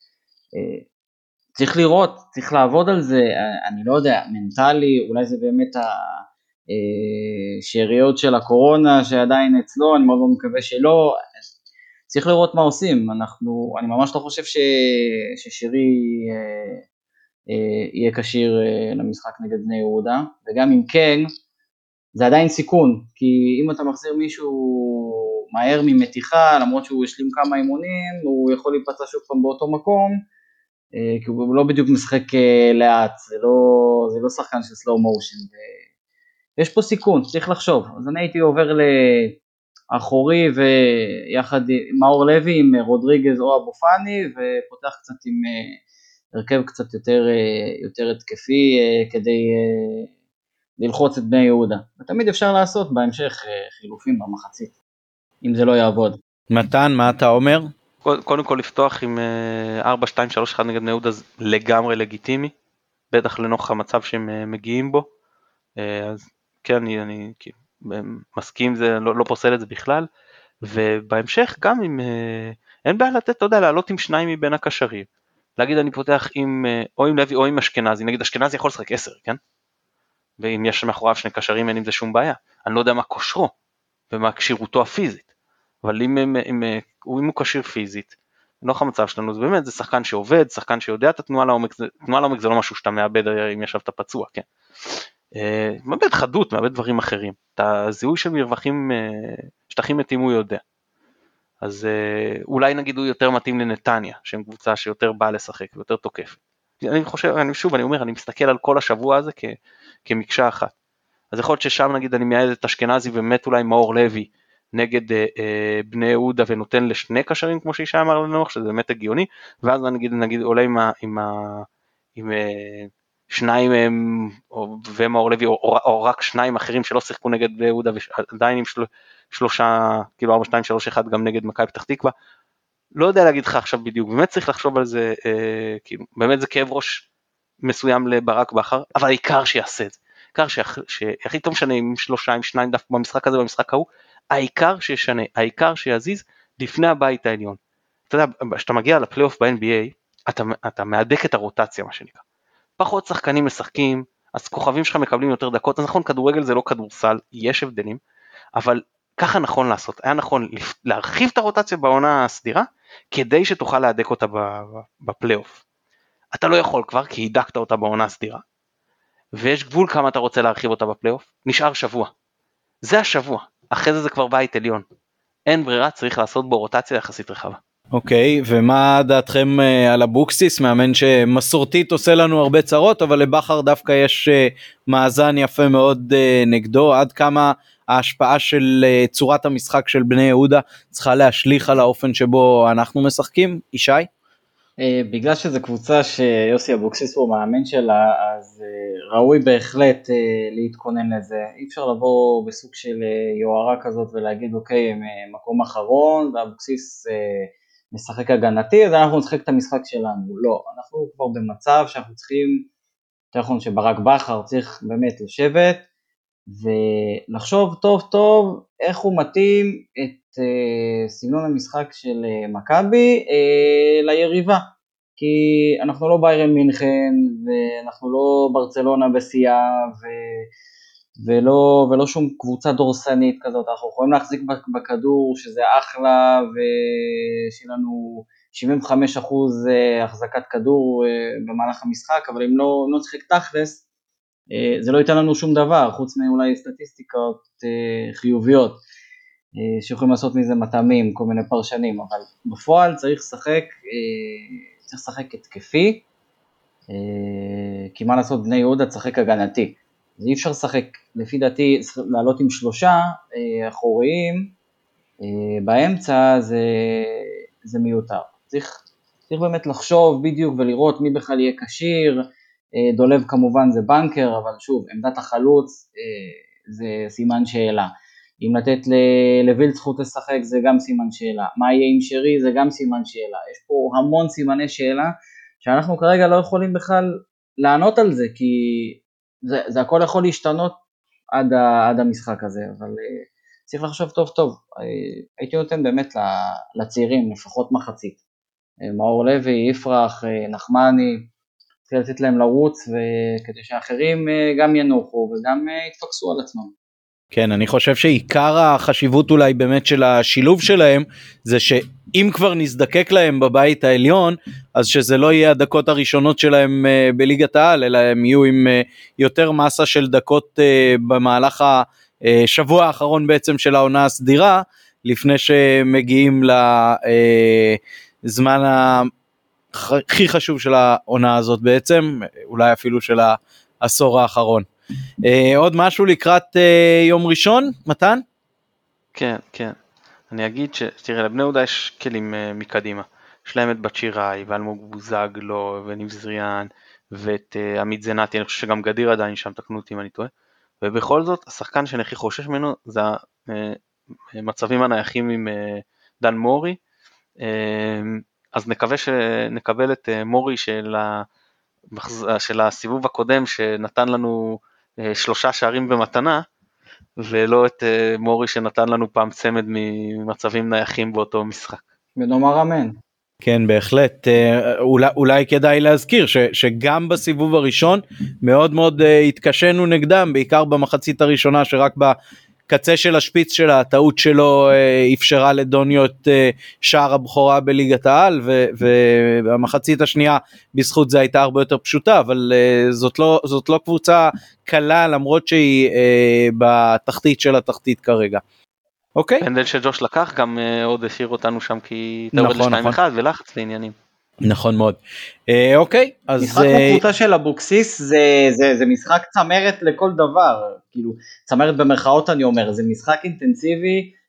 צריך לראות, צריך לעבוד על זה, אני לא יודע, מנטלי, אולי זה באמת השאריות של הקורונה שעדיין אצלו, אני מאוד מאוד מקווה שלא, צריך לראות מה עושים, אנחנו, אני ממש לא חושב ש, ששירי יהיה קשיר למשחק נגד בני יהודה, וגם אם כן, זה עדיין סיכון, כי אם אתה מחזיר מישהו מהר ממתיחה, למרות שהוא השלים כמה אימונים, הוא יכול להיפצע שוב פעם באותו מקום, כי הוא לא בדיוק משחק לאט, זה לא, זה לא שחקן של סלואו מושן, ויש פה סיכון, צריך לחשוב. אז אני הייתי עובר לאחורי ויחד עם מאור לוי, עם רודריגז או אבו פאני, ופותח קצת עם הרכב קצת יותר, יותר התקפי, כדי ללחוץ את בני יהודה. ותמיד אפשר לעשות בהמשך חילופים במחצית, אם זה לא יעבוד. מתן, מה אתה אומר? קודם כל לפתוח עם ארבע שתיים שלוש אחת נגד בני יהודה לגמרי לגיטימי, בטח לנוכח המצב שהם מגיעים בו, אז כן, אני, אני מסכים, זה, לא, לא פוסל את זה בכלל, ובהמשך גם אם, אין בעיה לתת, אתה יודע, לעלות עם שניים מבין הקשרים, להגיד אני פותח עם, או עם לוי או עם אשכנזי, נגיד אשכנזי יכול לשחק עשר, כן? ואם יש מאחוריו שני קשרים אין עם זה שום בעיה, אני לא יודע מה כושרו, ומה קשירותו הפיזית, אבל אם, אם, אם, אם הוא קשיר פיזית, נוח המצב שלנו, זה באמת, זה שחקן שעובד, שחקן שיודע את התנועה לעומק, תנועה לעומק זה לא משהו שאתה מאבד אם ישבת פצוע, כן. מאבד חדות, מאבד דברים אחרים, את הזיהוי של מרווחים, שטחים מתים הוא יודע, אז אולי נגיד הוא יותר מתאים לנתניה, שהם קבוצה שיותר באה לשחק, ויותר תוקפת. אני חושב, אני שוב, אני אומר, אני מסתכל על כל השבוע הזה כ, כמקשה אחת, אז יכול להיות ששם נגיד אני מייעד את אשכנזי, ובאמת אולי מאור לוי, נגד אה, אה, בני יהודה ונותן לשני קשרים כמו שישי אמר לנוח, שזה באמת הגיוני, ואז נגיד, נגיד עולה עם, ה, עם, ה, עם אה, שניים הם, או, ומאור לוי, או, או, או רק שניים אחרים שלא שיחקו נגד בני יהודה, ועדיין עם של, שלושה, כאילו ארבע שתיים שלוש אחת גם נגד מכבי פתח תקווה, לא יודע להגיד לך עכשיו בדיוק, באמת צריך לחשוב על זה, אה, כאילו, באמת זה כאב ראש מסוים לברק בכר, אבל העיקר שיעשה את זה, העיקר שהכי טוב משנה עם שלושה, עם שניים דווקא במשחק הזה, במשחק ההוא, העיקר שישנה, העיקר שיזיז לפני הבית העליון. אתה יודע, כשאתה מגיע לפלייאוף ב-אן בי איי, אתה, אתה מעדק את הרוטציה, מה שנקרא. פחות שחקנים משחקים, אז כוכבים שלך מקבלים יותר דקות, אז נכון, כדורגל זה לא כדורסל, יש הבדלים, אבל ככה נכון לעשות, היה נכון להרחיב את הרוטציה בעונה הסדירה, כדי שתוכל להדק אותה בפלייאוף. אתה לא יכול כבר, כי הידקת אותה בעונה הסדירה, ויש גבול כמה אתה רוצה להרחיב אותה בפלייאוף, נשאר שבוע. זה השבוע, אחרי זה זה כבר בית עליון. אין ברירה, צריך לעשות בו רוטציה יחסית רחבה. אוקיי, ומה דעתכם על אבוקסיס, מאמן שמסורתית עושה לנו הרבה צרות, אבל לבחר דווקא יש מאזן יפה מאוד נגדו, עד כמה ההשפעה של צורת המשחק של בני יהודה צריכה להשליך על האופן שבו אנחנו משחקים, ישי? בגלל שזו קבוצה שיוסי אבוקסיס הוא מאמן שלה, אז ראוי בהחלט להתכונן לזה. אי אפשר לבוא בסוג של יוהרה כזאת ולהגיד אוקיי, הם מקום אחרון ואבוקסיס משחק הגנתי, אז אנחנו נשחק את המשחק שלנו. לא, אנחנו כבר במצב שאנחנו צריכים, תכון שברק בכר צריך באמת לשבת ולחשוב טוב טוב איך הוא מתאים את uh, סגנון המשחק של uh, מכבי uh, ליריבה, כי אנחנו לא ביירן מינכן ואנחנו לא ברצלונה בשיאה ו... ולא, ולא שום קבוצה דורסנית כזאת, אנחנו יכולים להחזיק בכדור שזה אחלה ושיהיה לנו שבעים וחמישה אחוז החזקת כדור במהלך המשחק, אבל אם לא, לא נשחק תכלס, זה לא ייתן לנו שום דבר, חוץ מאולי סטטיסטיקות חיוביות, שיכולים לעשות מזה מטעמים, כל מיני פרשנים, אבל בפועל צריך לשחק, צריך לשחק התקפי, כי מה לעשות בני יהודה תשחק הגנתי, אז אי אפשר לשחק, לפי דעתי, לעלות עם שלושה אחוריים, באמצע זה, זה מיותר, צריך, צריך באמת לחשוב בדיוק ולראות מי בכלל יהיה קשיר, דולב כמובן זה בנקר, אבל שוב, עמדת החלוץ זה סימן שאלה. אם לתת לווילד זכות לשחק זה גם סימן שאלה. מה יהיה עם שרי זה גם סימן שאלה. יש פה המון סימני שאלה, שאנחנו כרגע לא יכולים בכלל לענות על זה, כי זה, זה הכל יכול להשתנות עד, ה, עד המשחק הזה, אבל צריך לחשוב טוב טוב. הייתי נותן באמת לצעירים, לפחות מחצית. מאור לוי, יפרח, נחמני, צריך לתת להם לרוץ, וכדי שאחרים גם ינוחו וגם יתפקסו על עצמם. כן, אני חושב שעיקר החשיבות אולי באמת של השילוב שלהם, זה שאם כבר נזדקק להם בבית העליון, אז שזה לא יהיה הדקות הראשונות שלהם בליגת העל, אלא הם יהיו עם יותר מסה של דקות במהלך השבוע האחרון בעצם של העונה הסדירה, לפני שמגיעים לזמן ה... הכי חשוב של העונה הזאת בעצם, אולי אפילו של העשור האחרון. אה, עוד משהו לקראת אה, יום ראשון, מתן? כן, כן. אני אגיד שתראה, לבני יהודה יש כלים אה, מקדימה. יש להם את בת שיראי, ואלמוג בוזגלו, וניב זריאן, ואת אה, עמית זנתי, אני חושב שגם גדיר עדיין שם, תקנו אותי אם אני טועה. ובכל זאת, השחקן שאני הכי חושש ממנו, זה המצבים הנייחים עם אה, דן מורי, אה, אז נקווה שנקבל את מורי של, ה... של הסיבוב הקודם שנתן לנו שלושה שערים במתנה, ולא את מורי שנתן לנו פעם צמד ממצבים נייחים באותו משחק. ונאמר אמן. כן, בהחלט. אולי, אולי כדאי להזכיר ש, שגם בסיבוב הראשון מאוד מאוד התקשנו נגדם, בעיקר במחצית הראשונה שרק ב... קצה של השפיץ של הטעות שלו אפשרה לדוניו את שער הבכורה בליגת העל, והמחצית השנייה בזכות זה הייתה הרבה יותר פשוטה, אבל זאת לא, זאת לא קבוצה קלה, למרות שהיא בתחתית של התחתית כרגע. אוקיי? פנדל שג'וש לקח גם עוד השאיר אותנו שם, כי תאורד לשתיים אחד ולחץ לעניינים. נכון מאוד. אה, אוקיי, אז... משחק בקבוצה של אבוקסיס זה, זה, זה משחק צמרת לכל דבר, כאילו, צמרת במרכאות אני אומר, זה משחק אינטנסיבי,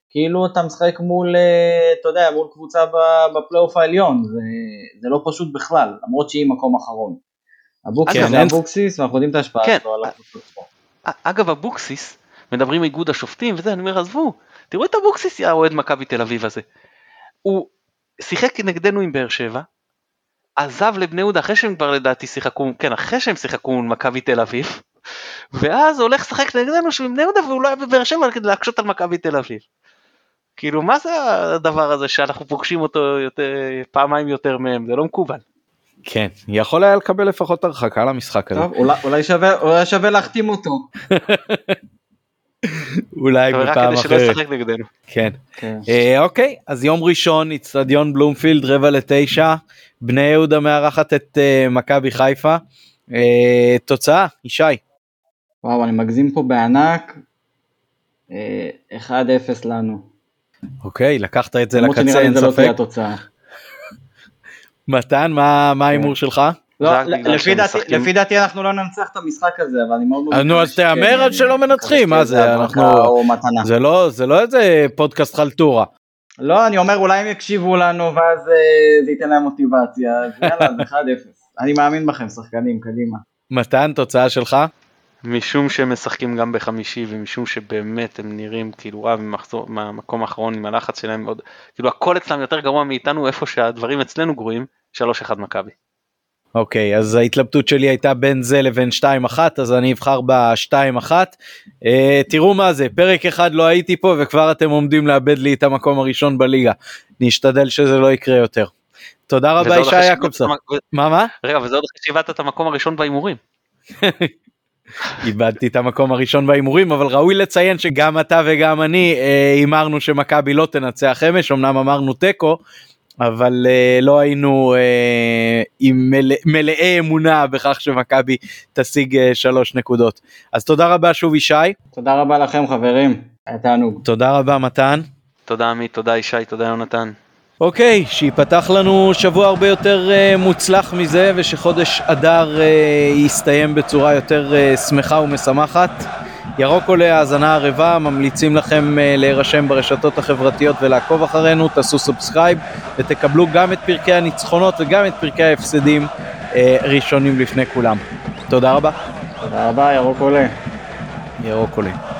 כאילו אתה משחק מול, אתה יודע, מול קבוצה בפלייאוף העליון, זה, זה לא פשוט בכלל, למרות שהיא מקום אחרון. אבוקסיס כן, זה אבוקסיס, ואנחנו יודעים את ההשפעה כן. שלו על הקבוצות פה. אגב, אבוקסיס, מדברים איגוד השופטים וזה, אני אומר, עזבו, תראו את אבוקסיס, יא אוהד מכבי תל אביב הזה. הוא שיחק נגדנו עם באר שבע, עזב לבני יהודה, אחרי שהם כבר לדעתי שיחקו, כן, אחרי שהם שיחקו עם מכבי תל אביב, ואז הולך לשחק נגדנו שהוא עם בני יהודה, והוא לא היה בבאר שבע כדי להקשות על מכבי תל אביב. כאילו, מה זה הדבר הזה שאנחנו פוגשים אותו יותר, פעמיים יותר מהם? זה לא מקובל. כן, יכול היה לקבל לפחות הרחקה למשחק הזה. טוב, אולי, אולי, שווה, אולי שווה להחתים אותו. אולי בפעם אחרת. רק כדי שלא ישחק נגדנו. כן. כן. אה, אוקיי, אז יום ראשון, אצטדיון בלומפילד, רבע לתשע, בני יהודה מארחת את אה, מכבי חיפה. אה, תוצאה, ישי. וואו, אני מגזים פה בענק, אה, אחד אפס לנו. אוקיי, לקחת את זה למרות לקצה, שנראה לי אין זה לא תהיה ספק. התוצאה. מתן, מה מה ההימור שלך? לא, רק בגלל לפי שהם דעתי, משחקים. לפי דעתי אנחנו לא ננצח את המשחק הזה, אבל אני מאוד מאוד... נו, אז מקווה תאמר שכן, עד שלא מנצחים, מה זה, מקווה שזה אנחנו- הדרכה או מתנה. זה לא זה לא איזה פודקאסט חלטורה. לא, אני אומר אולי הם יקשיבו לנו, ואז אה, זה ייתן להם מוטיבציה, אז יאללה, זה אחד אפס. אני מאמין בכם, שחקנים, קדימה. מתן, תוצאה שלך? משום שהם משחקים גם בחמישי, ומשום שבאמת הם נראים כאילו רע ממחזור, מהמקום האחרון עם הלחץ שלהם מאוד, כאילו הכל אצלם יותר גרוע מאיתנו, איפה שהדברים אצלנו גרועים, שלוש אחד מכבי. אוקיי, אז ההתלבטות שלי הייתה בין זה לבין שתיים אחת, אז אני אבחר ב-שתיים אחת. אה, תראו מה זה, פרק אחד לא הייתי פה, וכבר אתם עומדים לאבד לי את המקום הראשון בליגה. נשתדל שזה לא יקרה יותר. תודה רבה, ישי יעקובסון. מה, מה? רגע, וזה עוד אחרי שהבאת את המקום הראשון בהימורים. איבדתי את המקום הראשון בהימורים, אבל ראוי לציין שגם אתה וגם אני הימרנו שמכבי לא תנצח אמש, אמנם אמרנו תיקו, אבל uh, לא היינו uh, עם מלא, מלאי אמונה בכך שמכבי תשיג uh, שלוש נקודות. אז תודה רבה שוב ישי. תודה רבה לכם חברים, היה תענוג. תודה רבה מתן. תודה עמית, תודה ישי, תודה יונתן. אוקיי, שיפתח לנו שבוע הרבה יותר uh, מוצלח מזה, ושחודש אדר uh, יסתיים בצורה יותר uh, שמחה ומשמחת. ירוק עולה, האזנה ערבה, ממליצים לכם uh, להירשם ברשתות החברתיות ולעקוב אחרינו, תעשו סובסקרייב ותקבלו גם את פרקי הניצחונות וגם את פרקי ההפסדים uh, ראשונים לפני כולם. תודה רבה. תודה רבה, ירוק עולה. ירוק עולה.